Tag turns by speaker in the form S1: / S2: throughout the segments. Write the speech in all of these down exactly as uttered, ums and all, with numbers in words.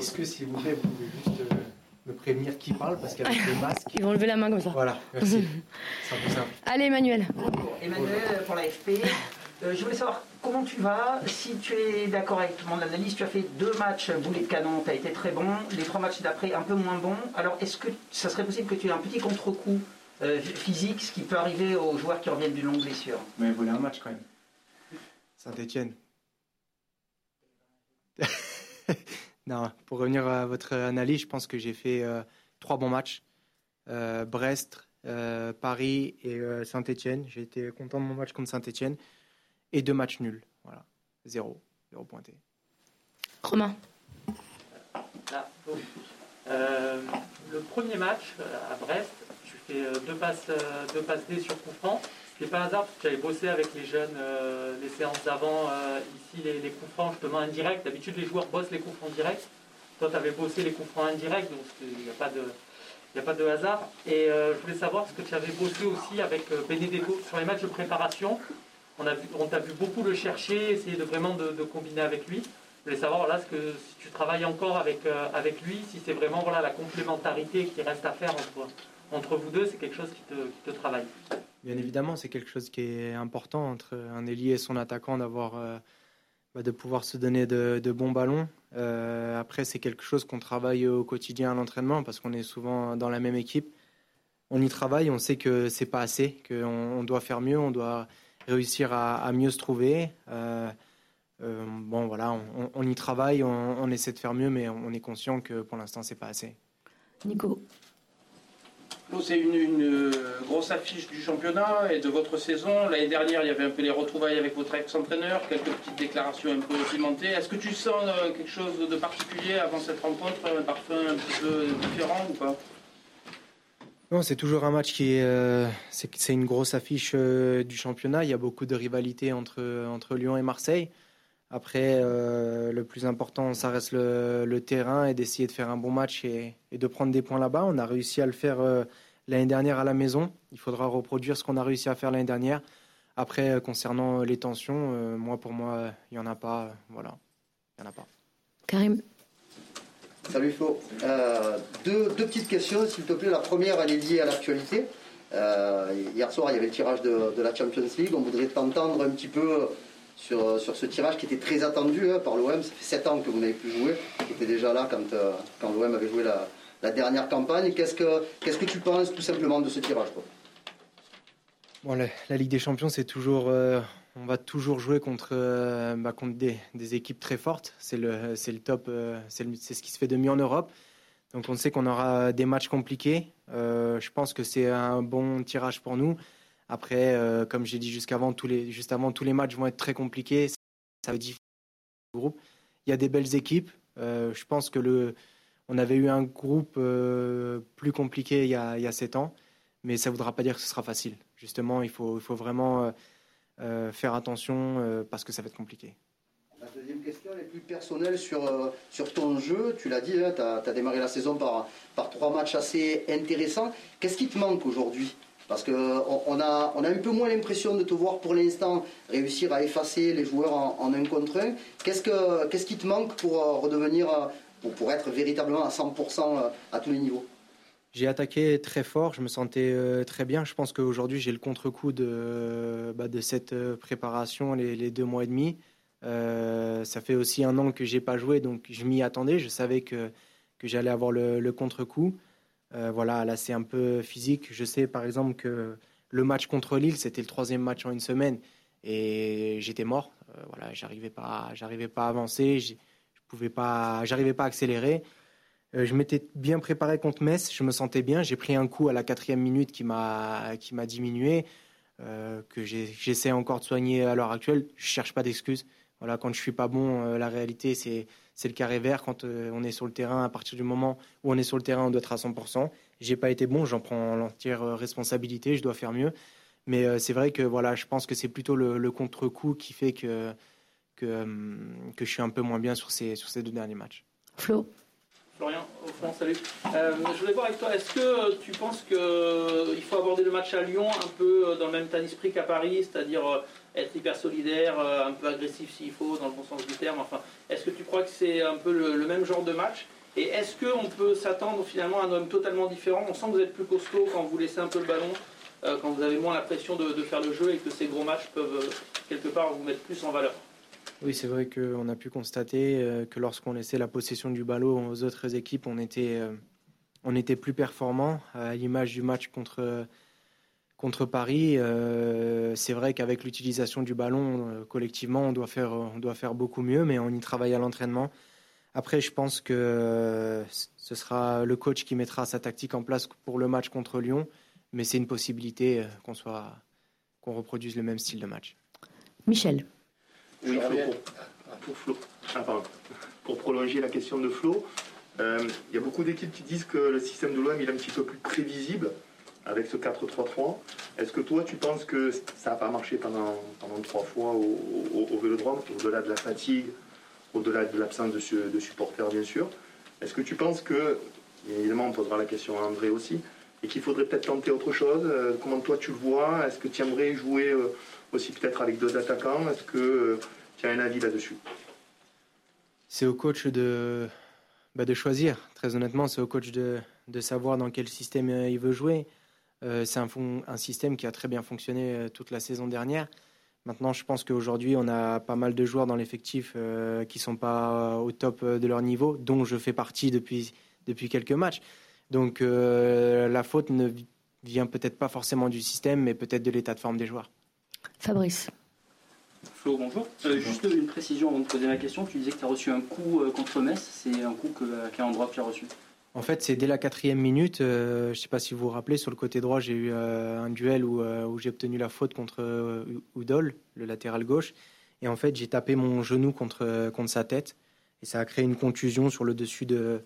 S1: Est-ce que, s'il vous plaît, vous pouvez juste euh, me prévenir qui parle, parce qu'avec le masque...
S2: Ils vont lever la main comme ça.
S1: Voilà, merci. C'est un peu simple.
S2: Allez, Emmanuel.
S3: Bonjour, Emmanuel pour l'A F P. Euh, je voulais savoir comment tu vas, si tu es d'accord avec mon analyse. Tu as fait deux matchs boulet de canon, tu as été très bon. Les trois matchs d'après, un peu moins bon. Alors, est-ce que ça serait possible que tu aies un petit contre-coup euh, physique, ce qui peut arriver aux joueurs qui reviennent d'une longue blessure?
S1: Mais voler un match quand même. Saint-Étienne. Non, pour revenir à votre analyse, je pense que j'ai fait euh, trois bons matchs. Euh, Brest, euh, Paris et euh, Saint-Étienne. J'ai été content de mon match contre Saint-Étienne. Et deux matchs nuls. Voilà. Zéro. Zéro pointé.
S2: Romain.
S4: Ah, bon. euh, le premier match à Brest, tu fais deux passes, deux passes D sur coup franc. C'était pas un hasard parce que tu avais bossé avec les jeunes euh, les séances d'avant, euh, ici les, les coups francs justement indirects. D'habitude les joueurs bossent les coups francs directs. Toi tu avais bossé les coups francs indirects, donc il n'y a pas de, il n'y a pas de hasard. Et euh, je voulais savoir ce que tu avais bossé aussi avec euh, Benedetto sur les matchs de préparation. On, a vu, on t'a vu beaucoup le chercher, essayer de vraiment de, de combiner avec lui. Je voulais savoir voilà, ce que, si tu travailles encore avec, euh, avec lui, si c'est vraiment voilà, la complémentarité qui reste à faire entre, entre vous deux, c'est quelque chose qui te, qui te travaille.
S1: Bien évidemment, c'est quelque chose qui est important entre un ailier et son attaquant, d'avoir, euh, bah, de pouvoir se donner de, de bons ballons. Euh, après, c'est quelque chose qu'on travaille au quotidien à l'entraînement parce qu'on est souvent dans la même équipe. On y travaille, on sait que c'est pas assez, qu'on on doit faire mieux, on doit réussir à, à mieux se trouver. Euh, euh, bon, voilà, on, on y travaille, on, on essaie de faire mieux, mais on est conscient que pour l'instant, c'est pas assez.
S2: Nico.
S5: C'est une, une grosse affiche du championnat et de votre saison. L'année dernière, il y avait un peu les retrouvailles avec votre ex-entraîneur, quelques petites déclarations un peu pimentées. Est-ce que tu sens quelque chose de particulier avant cette rencontre, un parfum un petit peu différent ou pas?
S1: Non, c'est toujours un match qui est, euh, c'est, c'est une grosse affiche euh, du championnat. Il y a beaucoup de rivalité entre, entre Lyon et Marseille. Après, euh, le plus important, ça reste le, le terrain et d'essayer de faire un bon match et, et de prendre des points là-bas. On a réussi à le faire euh, l'année dernière à la maison. Il faudra reproduire ce qu'on a réussi à faire l'année dernière. Après, euh, concernant les tensions, euh, moi, pour moi, il n'y en a pas. Euh, voilà, il n'y en a pas.
S2: Karim.
S6: Salut Flo. Euh, deux, deux petites questions, s'il te plaît. La première, elle est liée à l'actualité. Euh, hier soir, il y avait le tirage de, de la Champions League. On voudrait t'entendre un petit peu sur, sur ce tirage qui était très attendu hein, par l'O M. Ça fait sept ans que vous n'avez plus joué, qui était déjà là quand, euh, quand l'O M avait joué la, la dernière campagne. Qu'est-ce que, qu'est-ce que tu penses tout simplement de ce tirage quoi?
S1: Bon, la, la Ligue des Champions, c'est toujours, euh, on va toujours jouer contre, euh, bah, contre des, des équipes très fortes. C'est le, c'est le top, euh, c'est, le, c'est ce qui se fait de mieux en Europe. Donc on sait qu'on aura des matchs compliqués. Euh, je pense que c'est un bon tirage pour nous. Après, euh, comme j'ai dit jusqu'avant, tous les, juste avant, tous les matchs vont être très compliqués. Ça veut dire groupe. Il y a des belles équipes. Euh, je pense que le, on avait eu un groupe euh, plus compliqué il y a, il y a sept ans, mais ça ne voudra pas dire que ce sera facile. Justement, il faut, il faut vraiment euh, faire attention euh, parce que ça va être compliqué.
S6: La deuxième question, elle est plus personnelle sur, euh, sur ton jeu. Tu l'as dit, hein, tu as démarré la saison par, par trois matchs assez intéressants. Qu'est-ce qui te manque aujourd'hui? Parce qu'on on a, on a un peu moins l'impression de te voir pour l'instant réussir à effacer les joueurs en, en un contre un. Qu'est-ce, que, qu'est-ce qui te manque pour euh, redevenir, euh, pour, pour être véritablement à cent pour cent euh, à tous les niveaux?
S1: J'ai attaqué très fort, je me sentais euh, très bien. Je pense qu'aujourd'hui, j'ai le contre-coup de, euh, bah, de cette euh, préparation, les, les deux mois et demi. Euh, ça fait aussi un an que je n'ai pas joué, donc je m'y attendais. Je savais que, que j'allais avoir le, le contre-coup. Euh, voilà, là, c'est un peu physique. Je sais, par exemple, que le match contre Lille, c'était le troisième match en une semaine. Et j'étais mort. Euh, voilà, j'arrivais pas, j'arrivais pas à avancer. Je pouvais pas, j'arrivais pas à accélérer. Euh, je m'étais bien préparé contre Metz. Je me sentais bien. J'ai pris un coup à la quatrième minute qui m'a, qui m'a diminué. Euh, que j'ai, j'essaie encore de soigner à l'heure actuelle. Je cherche pas d'excuses. Voilà, quand je suis pas bon, euh, la réalité, c'est, c'est le carré vert. Quand euh, on est sur le terrain, à partir du moment où on est sur le terrain, on doit être à cent pour cent. J'ai pas été bon, j'en prends l'entière responsabilité, je dois faire mieux. Mais euh, c'est vrai que voilà, je pense que c'est plutôt le, le contre-coup qui fait que, que, euh, que je suis un peu moins bien sur ces, sur ces deux derniers matchs.
S2: Flo.
S4: Florian,
S3: France, salut. Euh, je voulais voir avec toi, est-ce que tu penses qu'il faut aborder le match à Lyon un peu dans le même état d'esprit qu'à Paris, c'est-à-dire être hyper solidaire, un peu agressif s'il faut, dans le bon sens du terme, enfin, est-ce que tu crois que c'est un peu le, le même genre de match? Et est-ce qu'on peut s'attendre finalement à un homme totalement différent? On sent que vous êtes plus costaud quand vous laissez un peu le ballon, euh, quand vous avez moins la pression de, de faire le jeu et que ces gros matchs peuvent euh, quelque part vous mettre plus en valeur.
S1: Oui, c'est vrai qu'on a pu constater euh, que lorsqu'on laissait la possession du ballon aux autres équipes, on était, euh, on était plus performant. À l'image du match contre, contre Paris, euh, c'est vrai qu'avec l'utilisation du ballon, euh, collectivement, on doit, faire, on doit faire beaucoup mieux, mais on y travaille à l'entraînement. Après, je pense que euh, ce sera le coach qui mettra sa tactique en place pour le match contre Lyon, mais c'est une possibilité euh, qu'on soit, qu'on reproduise le même style de match.
S2: Michel.
S7: Oui, Flo, pour, pour, Flo. Ah, pardon. Pour prolonger la question de Flo, euh, il y a beaucoup d'équipes qui disent que le système de l'O M il est un petit peu plus prévisible avec ce quatre trois trois. Est-ce que toi, tu penses que ça n'a pas marché pendant, pendant trois fois au, au, au Vélodrome, au-delà de la fatigue, au-delà de l'absence de, de supporters, bien sûr? Est-ce que tu penses que, évidemment, on posera la question à André aussi, et qu'il faudrait peut-être tenter autre chose? euh, Comment toi tu le vois? Est-ce que tu aimerais jouer euh, aussi peut-être avec deux attaquants? Est-ce que euh, tu as un avis là-dessus?
S1: C'est au coach de, bah, de choisir. Très honnêtement, c'est au coach de, de savoir dans quel système euh, il veut jouer. Euh, c'est un, fond, un système qui a très bien fonctionné euh, toute la saison dernière. Maintenant, je pense qu'aujourd'hui, on a pas mal de joueurs dans l'effectif euh, qui ne sont pas au top de leur niveau, dont je fais partie depuis, depuis quelques matchs. Donc, euh, la faute ne vient peut-être pas forcément du système, mais peut-être de l'état de forme des joueurs.
S2: Fabrice.
S8: Flo, bonjour. Euh, juste une précision avant de poser ma question. Tu disais que tu as reçu un coup euh, contre Metz. C'est un coup que, à quel endroit que tu as reçu?
S1: En fait, c'est dès la quatrième minute. Euh, je ne sais pas si vous vous rappelez, sur le côté droit, j'ai eu euh, un duel où, euh, où j'ai obtenu la faute contre euh, Oudol, le latéral gauche. Et en fait, j'ai tapé mon genou contre, contre sa tête. Et ça a créé une contusion sur le dessus de,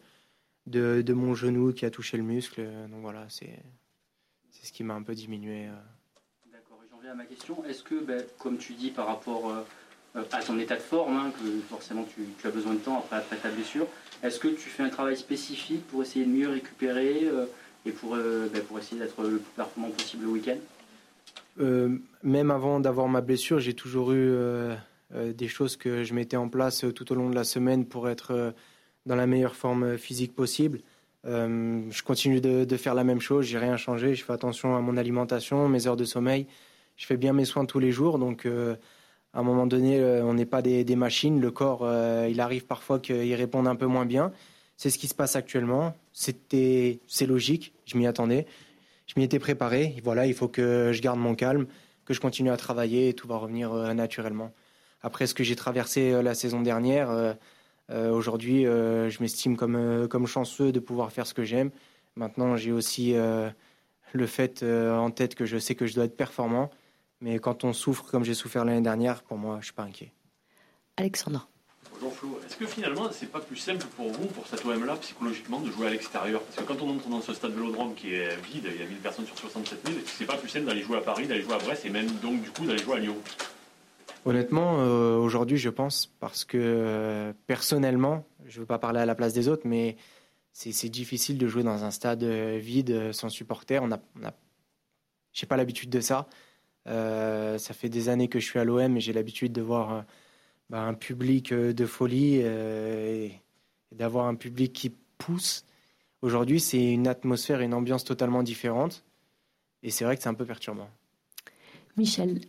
S1: de, de mon genou qui a touché le muscle. Donc voilà, c'est, c'est ce qui m'a un peu diminué.
S8: D'accord, et j'en viens à ma question. Est-ce que, ben, comme tu dis par rapport euh, à ton état de forme, hein, que forcément tu, tu as besoin de temps après, après ta blessure, est-ce que tu fais un travail spécifique pour essayer de mieux récupérer euh, et pour, euh, ben, pour essayer d'être le plus performant possible le week-end?
S1: euh, Même avant d'avoir ma blessure, j'ai toujours eu euh, euh, des choses que je mettais en place tout au long de la semaine pour être euh, dans la meilleure forme physique possible. Euh, je continue de, de faire la même chose, j'ai rien changé. Je fais attention à mon alimentation, mes heures de sommeil. Je fais bien mes soins tous les jours, donc euh, à un moment donné, euh, on n'est pas des, des machines. Le corps, euh, il arrive parfois qu'il réponde un peu moins bien. C'est ce qui se passe actuellement. C'était, c'est logique, je m'y attendais. Je m'y étais préparé. Voilà, il faut que je garde mon calme, que je continue à travailler et tout va revenir euh, naturellement. Après ce que j'ai traversé euh, la saison dernière, euh, euh, aujourd'hui, euh, je m'estime comme, euh, comme chanceux de pouvoir faire ce que j'aime. Maintenant, j'ai aussi euh, le fait euh, en tête que je sais que je dois être performant. Mais quand on souffre comme j'ai souffert l'année dernière, pour moi, je ne suis pas inquiet.
S2: Alexandre.
S9: Bonjour Flo. Est-ce que finalement, c'est pas plus simple pour vous, pour cet O M-là, psychologiquement, de jouer à l'extérieur? Parce que quand on entre dans ce stade Vélodrome qui est vide, il y a mille personnes sur soixante-sept mille, c'est pas plus simple d'aller jouer à Paris, d'aller jouer à Brest et même donc du coup d'aller jouer à Lyon?
S1: Honnêtement, euh, aujourd'hui, je pense, parce que euh, personnellement, je ne veux pas parler à la place des autres, mais c'est, c'est difficile de jouer dans un stade euh, vide, euh, sans supporters. On a, on a... Je n'ai pas l'habitude de ça. Euh, ça fait des années que je suis à l'O M et j'ai l'habitude de voir euh, bah, un public euh, de folie euh, et, et d'avoir un public qui pousse. Aujourd'hui, c'est une atmosphère et une ambiance totalement différente. Et c'est vrai que c'est un peu perturbant.
S2: Michel.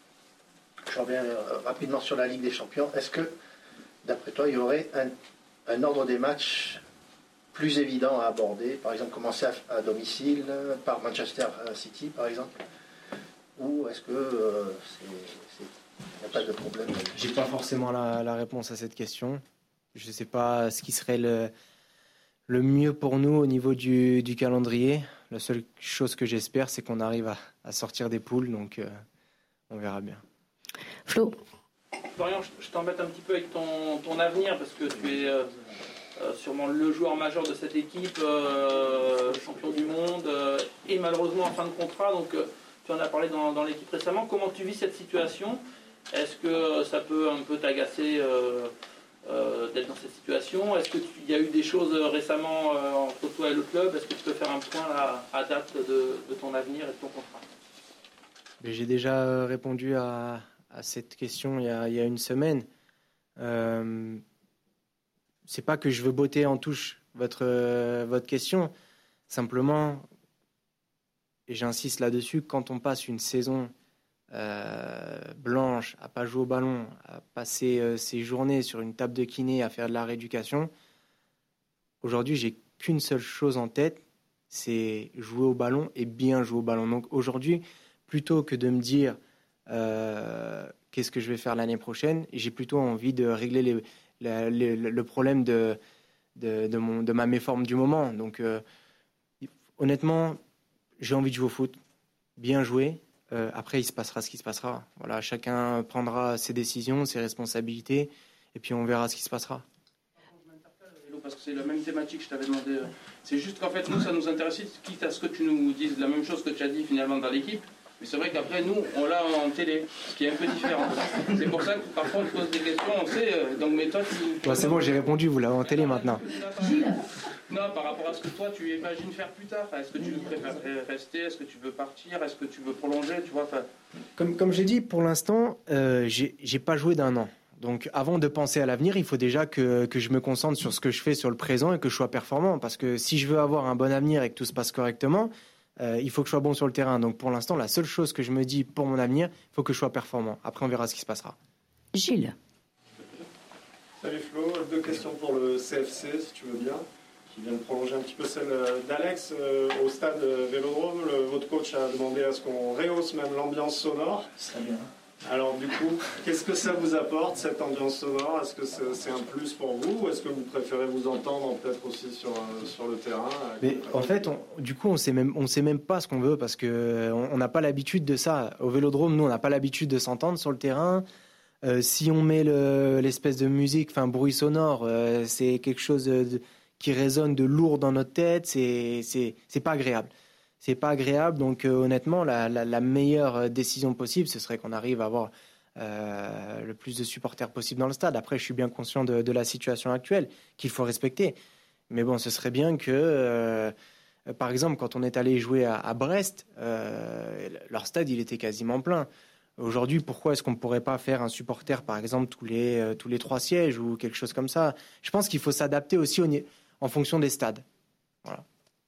S10: Je reviens euh, rapidement sur la Ligue des Champions. Est-ce que, d'après toi, il y aurait un, un ordre des matchs plus évident à aborder? Par exemple, commencer à, à domicile, par Manchester City, par exemple? Ou est-ce que euh, c'est, il n'y a pas de problème?
S1: J'ai pas forcément la, la réponse à cette question. Je ne sais pas ce qui serait le, le mieux pour nous au niveau du, du calendrier. La seule chose que j'espère, c'est qu'on arrive à, à sortir des poules, donc euh, on verra bien.
S2: Flo.
S3: Florian, je t'embête un petit peu avec ton, ton avenir parce que tu es euh, euh, sûrement le joueur majeur de cette équipe, euh, champion du monde euh, et malheureusement en fin de contrat. Donc euh, tu en as parlé dans, dans l'équipe récemment. Comment tu vis cette situation? Est-ce que ça peut un peu t'agacer euh,
S5: euh, d'être dans cette situation. Est-ce qu'il y a eu des choses récemment euh, entre toi et le club? Est-ce que tu peux faire un point là, à date de, de ton avenir et de ton contrat?
S1: J'ai déjà répondu à, à cette question il y a, il y a une semaine. Euh, c'est pas que je veux botter en touche votre, euh, votre question. Simplement, et j'insiste là-dessus, quand on passe une saison euh, blanche, à pas jouer au ballon, à passer euh, ses journées sur une table de kiné, à faire de la rééducation, aujourd'hui, j'ai qu'une seule chose en tête, c'est jouer au ballon et bien jouer au ballon. Donc aujourd'hui, plutôt que de me dire euh, qu'est-ce que je vais faire l'année prochaine, j'ai plutôt envie de régler les, les, les, le problème de, de, de, mon, de ma méforme du moment. Donc euh, honnêtement, j'ai envie de jouer au foot, bien jouer. Euh, après, il se passera ce qui se passera. Voilà, chacun prendra ses décisions, ses responsabilités, et puis on verra ce qui se passera.
S5: Parce que c'est la même thématique que je t'avais demandé. C'est juste qu'en fait, nous, ça nous intéressait, quitte à ce que tu nous dises la même chose que tu as dit finalement dans l'équipe. Mais c'est vrai qu'après, nous, on l'a en télé, ce qui est un peu différent. C'est pour ça que parfois, on te pose des questions, on sait. Donc, mais toi, tu...
S1: Ouais, c'est bon, j'ai répondu, vous l'avez en télé maintenant.
S5: Non, par rapport à ce que toi, tu imagines faire plus tard. Est-ce que tu préfères rester? Est-ce que tu veux partir? Est-ce que tu veux prolonger? Tu vois, enfin...
S1: Comme, comme j'ai dit, pour l'instant, euh, j'ai, j'ai pas joué d'un an. Donc, avant de penser à l'avenir, il faut déjà que, que je me concentre sur ce que je fais sur le présent et que je sois performant. Parce que si je veux avoir un bon avenir et que tout se passe correctement, euh, il faut que je sois bon sur le terrain. Donc, pour l'instant, la seule chose que je me dis pour mon avenir, il faut que je sois performant. Après, on verra ce qui se passera.
S2: Gilles.
S11: Salut Flo, deux questions pour le C F C, si tu veux bien, qui vient de prolonger un petit peu celle d'Alex. Euh, au stade Vélodrome, le, votre coach a demandé à ce qu'on rehausse même l'ambiance sonore.
S10: Très bien.
S11: Alors du coup, qu'est-ce que ça vous apporte, cette ambiance sonore? Est-ce que c'est, c'est un plus pour vous ou est-ce que vous préférez vous entendre peut-être aussi sur, sur le terrain?
S1: Mais en fait, on, du coup, on sait même, on sait même pas ce qu'on veut parce qu'on n'a pas l'habitude de ça. Au Vélodrome, nous, on n'a pas l'habitude de s'entendre sur le terrain. Euh, si on met le, l'espèce de musique, enfin bruit sonore, euh, c'est quelque chose de, qui résonne de lourd dans notre tête, c'est, c'est, c'est pas agréable. C'est pas agréable, donc euh, honnêtement, la, la, la meilleure décision possible, ce serait qu'on arrive à avoir euh, le plus de supporters possible dans le stade. Après, je suis bien conscient de, de la situation actuelle, qu'il faut respecter. Mais bon, ce serait bien que, euh, par exemple, quand on est allé jouer à, à Brest, euh, leur stade, il était quasiment plein. Aujourd'hui, pourquoi est-ce qu'on ne pourrait pas faire un supporter, par exemple, tous les, euh, tous les trois sièges ou quelque chose comme ça? Je pense qu'il faut s'adapter aussi au, en fonction des stades. Voilà.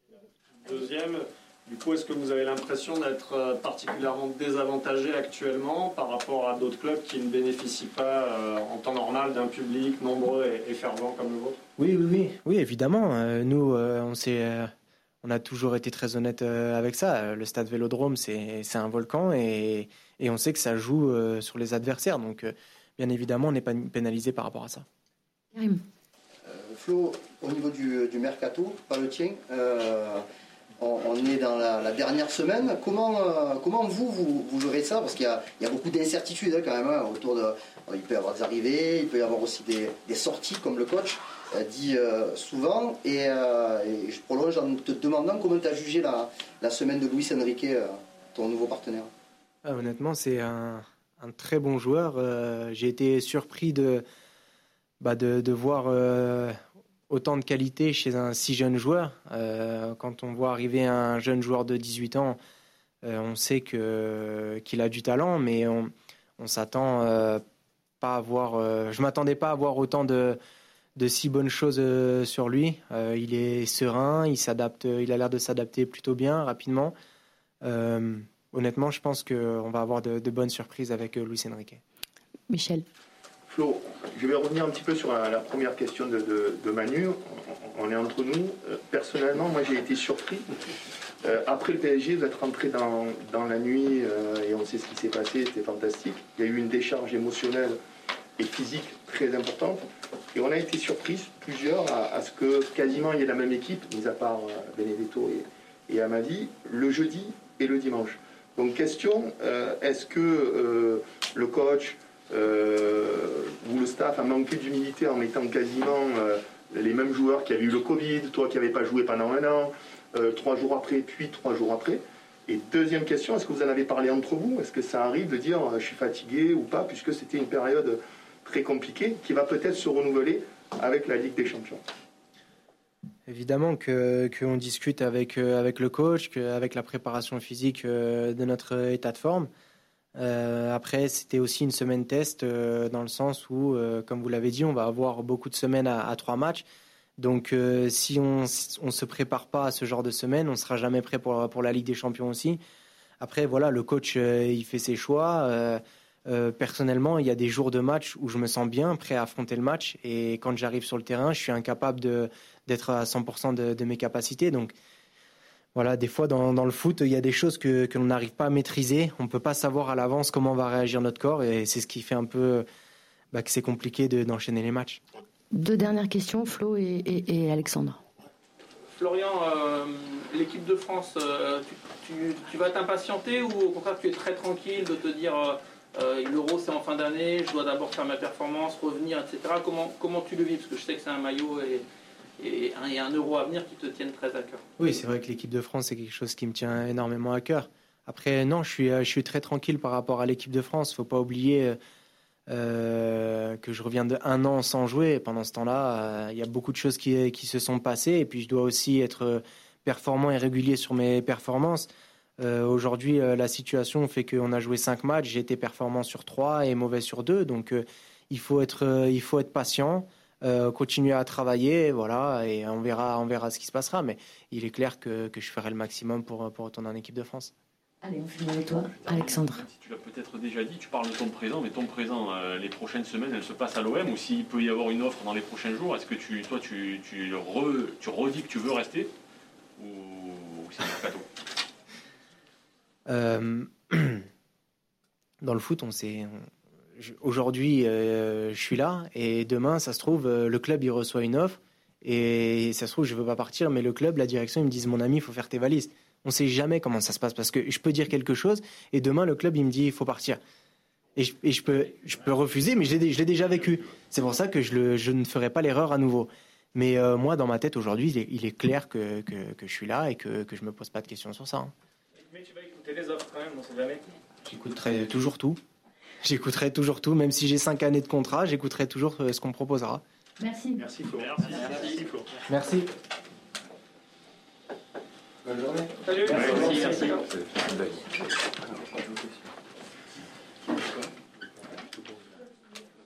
S11: Deuxième, du coup, est-ce que vous avez l'impression d'être particulièrement désavantagé actuellement par rapport à d'autres clubs qui ne bénéficient pas euh, en temps normal d'un public nombreux et, et fervent comme le vôtre?
S1: Oui, oui, oui, oui, évidemment. Euh, nous, euh, on s'est... Euh... On a toujours été très honnête avec ça. Le stade Vélodrome, c'est, c'est un volcan et, et on sait que ça joue sur les adversaires. Donc, bien évidemment, on n'est pas pénalisé par rapport à ça.
S2: Karim.
S6: Euh, Flo, au niveau du, du mercato, pas le tien, euh, on, on est dans la, la dernière semaine. Comment, euh, comment vous, vous, vous gérez ça? Parce qu'il y a, il y a beaucoup d'incertitudes hein, quand même hein, autour de... Il peut y avoir des arrivées, il peut y avoir aussi des, des sorties, comme le coach euh, dit euh, souvent. Et, euh, et je prolonge en te demandant comment tu as jugé la, la semaine de Luis Enrique, euh, ton nouveau partenaire.
S1: Ah, honnêtement, c'est un, un très bon joueur. Euh, j'ai été surpris de, bah de, de voir euh, autant de qualité chez un si jeune joueur. Euh, quand on voit arriver un jeune joueur de dix-huit ans, euh, on sait que, qu'il a du talent, mais on, on s'attend... Euh, pas avoir, euh, je m'attendais pas à voir autant de, de si bonnes choses euh, sur lui. Euh, il est serein, il s'adapte, il a l'air de s'adapter plutôt bien, rapidement. Euh, honnêtement, je pense qu'on va avoir de, de bonnes surprises avec euh, Luis Enrique.
S2: Michel.
S7: Flo, je vais revenir un petit peu sur la, la première question de, de, de Manu. On, on est entre nous. Euh, personnellement, moi j'ai été surpris. Euh, après le P S G, vous êtes rentré dans, dans la nuit euh, et on sait ce qui s'est passé, c'était fantastique. Il y a eu une décharge émotionnelle et physique très importante. Et on a été surpris, plusieurs, à, à ce que quasiment il y ait la même équipe, mis à part euh, Benedetto et, et Amadi, le jeudi et le dimanche. Donc question, euh, est-ce que euh, le coach euh, ou le staff a manqué d'humilité en mettant quasiment euh, les mêmes joueurs qui avaient eu le Covid, toi qui n'avais pas joué pendant un an, Euh, trois jours après, puis trois jours après. Et deuxième question, est-ce que vous en avez parlé entre vous? Est-ce que ça arrive de dire euh, je suis fatigué ou pas, puisque c'était une période très compliqué, qui va peut-être se renouveler avec la Ligue des Champions.
S1: Évidemment que qu'on discute avec, euh, avec le coach, que, avec la préparation physique euh, de notre état de forme. Euh, après, c'était aussi une semaine test euh, dans le sens où, euh, comme vous l'avez dit, on va avoir beaucoup de semaines à, à trois matchs. Donc, euh, si on ne se prépare pas à ce genre de semaine, on ne sera jamais prêt pour, pour la Ligue des Champions aussi. Après, voilà, le coach, euh, il fait ses choix. Euh, euh, personnellement, il y a des jours de match où je me sens bien, prêt à affronter le match. Et quand j'arrive sur le terrain, je suis incapable de, d'être à cent pour cent de, de mes capacités. Donc, voilà, des fois, dans, dans le foot, il y a des choses que, que l'on n'arrive pas à maîtriser. On ne peut pas savoir à l'avance comment va réagir notre corps. Et c'est ce qui fait un peu bah, que c'est compliqué de, d'enchaîner les matchs.
S2: Deux dernières questions, Flo et, et, et Alexandre.
S5: Florian, euh, l'équipe de France, euh, tu, tu, tu vas t'impatienter ou au contraire tu es très tranquille de te dire euh, l'Euro c'est en fin d'année, je dois d'abord faire ma performance, revenir, et cetera. Comment, comment tu le vis? Parce que je sais que c'est un maillot et, et, un, et un Euro à venir qui te tiennent très à cœur.
S1: Oui, c'est vrai que l'équipe de France, c'est quelque chose qui me tient énormément à cœur. Après, non, je suis, je suis très tranquille par rapport à l'équipe de France. Il ne faut pas oublier euh, que je reviens de un an sans jouer. Et pendant ce temps-là, il euh, y a beaucoup de choses qui, qui se sont passées. Et puis, je dois aussi être performant et régulier sur mes performances. Euh, aujourd'hui, euh, la situation fait qu'on a joué cinq matchs. J'ai été performant sur trois et mauvais sur deux. Donc, euh, il faut être, euh, il faut être patient. Euh, continuer à travailler, voilà, et on verra, on verra ce qui se passera. Mais il est clair que, que je ferai le maximum pour, pour retourner en équipe de France.
S2: Allez, on finit avec toi, Alexandre.
S9: Si tu l'as peut-être déjà dit, tu parles de ton présent, mais ton présent, euh, les prochaines semaines, elles se passent à l'O M, ou s'il peut y avoir une offre dans les prochains jours, est-ce que tu, toi, tu, tu, re, tu redis que tu veux rester, ou, ou c'est un mercato?
S1: euh, Dans le foot, on sait... Aujourd'hui, euh, je suis là et demain, ça se trouve, euh, le club il reçoit une offre et ça se trouve, je veux pas partir, mais le club, la direction, ils me disent mon ami, il faut faire tes valises. On sait jamais comment ça se passe parce que je peux dire quelque chose et demain, le club il me dit il faut partir. Et je, et je peux, je peux refuser, mais je l'ai, je l'ai déjà vécu. C'est pour ça que je, le, je ne ferai pas l'erreur à nouveau. Mais euh, moi, dans ma tête aujourd'hui, il est, il est clair que, que, que je suis là et que, que je me pose pas de questions sur ça. Hein.
S5: Mais tu vas écouter les offres quand même, on sait jamais.
S1: J'écouterai toujours tout. J'écouterai toujours tout, même si j'ai cinq années de contrat, j'écouterai toujours ce qu'on me proposera.
S2: Merci.
S7: Merci Flo.
S9: Merci.
S5: Merci.
S1: Merci.
S5: Bonne journée. Salut.
S7: Merci.
S5: Merci. Merci.